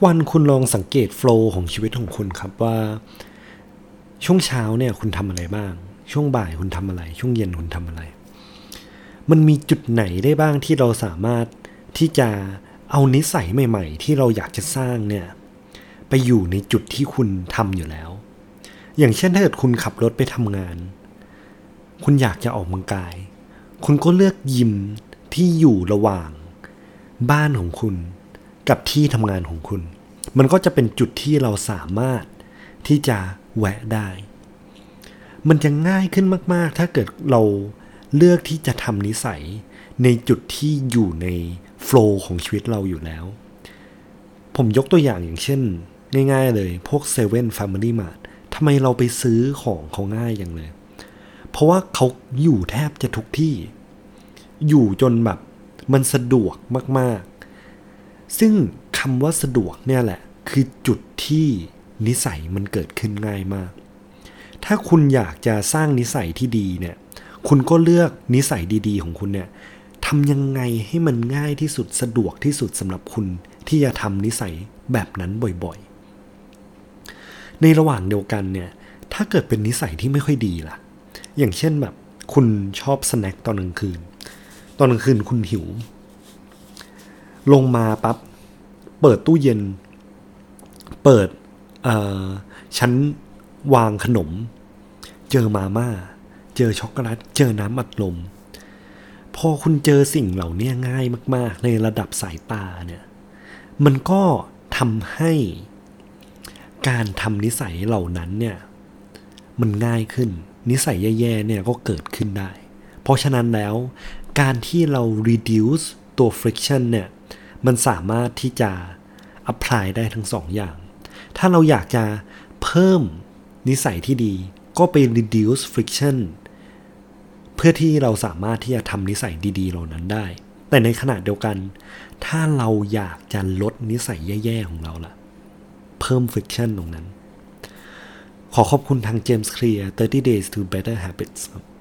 วันคุณลองสังเกตโฟลว์ของชีวิตของคุณครับว่าช่วงเช้าเนี่ยคุณทำอะไรบ้างช่วงบ่ายคุณทำอะไรช่วงเย็นคุณทำอะไรมันมีจุดไหนได้บ้างที่เราสามารถที่จะเอานิสัยใหม่ๆที่เราอยากจะสร้างเนี่ยไปอยู่ในจุดที่คุณทำอยู่แล้วอย่างเช่นถ้าเกิดคุณขับรถไปทำงานคุณอยากจะออกกำลังกายคุณก็เลือกยิมที่อยู่ระหว่างบ้านของคุณกับที่ทำงานของคุณมันก็จะเป็นจุดที่เราสามารถที่จะแวะได้มันจะง่ายขึ้นมากๆถ้าเกิดเราเลือกที่จะทำนิสัยในจุดที่อยู่ในโฟลว์ของชีวิตเราอยู่แล้วผมยกตัวอย่างเช่นง่ายๆเลยพวก7 Family Mart ทำไมเราไปซื้อของเขาง่ายอย่างเลยเพราะว่าเขาอยู่แทบจะทุกที่อยู่จนแบบมันสะดวกมากๆซึ่งคำว่าสะดวกเนี่ยแหละคือจุดที่นิสัยมันเกิดขึ้นง่ายมากถ้าคุณอยากจะสร้างนิสัยที่ดีเนี่ยคุณก็เลือกนิสัยดีๆของคุณเนี่ยทำยังไงให้มันง่ายที่สุดสะดวกที่สุดสำหรับคุณที่จะทำนิสัยแบบนั้นบ่อยๆในระหว่างเดียวกันเนี่ยถ้าเกิดเป็นนิสัยที่ไม่ค่อยดีล่ะอย่างเช่นแบบคุณชอบสแน็คตอนกลางคืนคุณหิวลงมาปั๊บเปิดตู้เย็นเปิดชั้นวางขนมเจอมาม่าเจอช็อกโกแลตเจอน้ำอัดลมพอคุณเจอสิ่งเหล่านี้ง่ายมากๆในระดับสายตาเนี่ยมันก็ทำให้การทำนิสัยเหล่านั้นเนี่ยมันง่ายขึ้นนิสัยแย่ๆเนี่ยก็เกิดขึ้นได้เพราะฉะนั้นแล้วการที่เรา reduce ตัว friction เนี่ยมันสามารถที่จะ apply ได้ทั้งสองอย่างถ้าเราอยากจะเพิ่มนิสัยที่ดีก็ไป reduce friction เพื่อที่เราสามารถที่จะทำนิสัยดีๆเหล่านั้นได้แต่ในขณะเดียวกันถ้าเราอยากจะลดนิสัยแย่ๆของเราล่ะเพิ่ม friction ตรงนั้นขอขอบคุณทาง James Clear 30 Days to Better Habits ครับ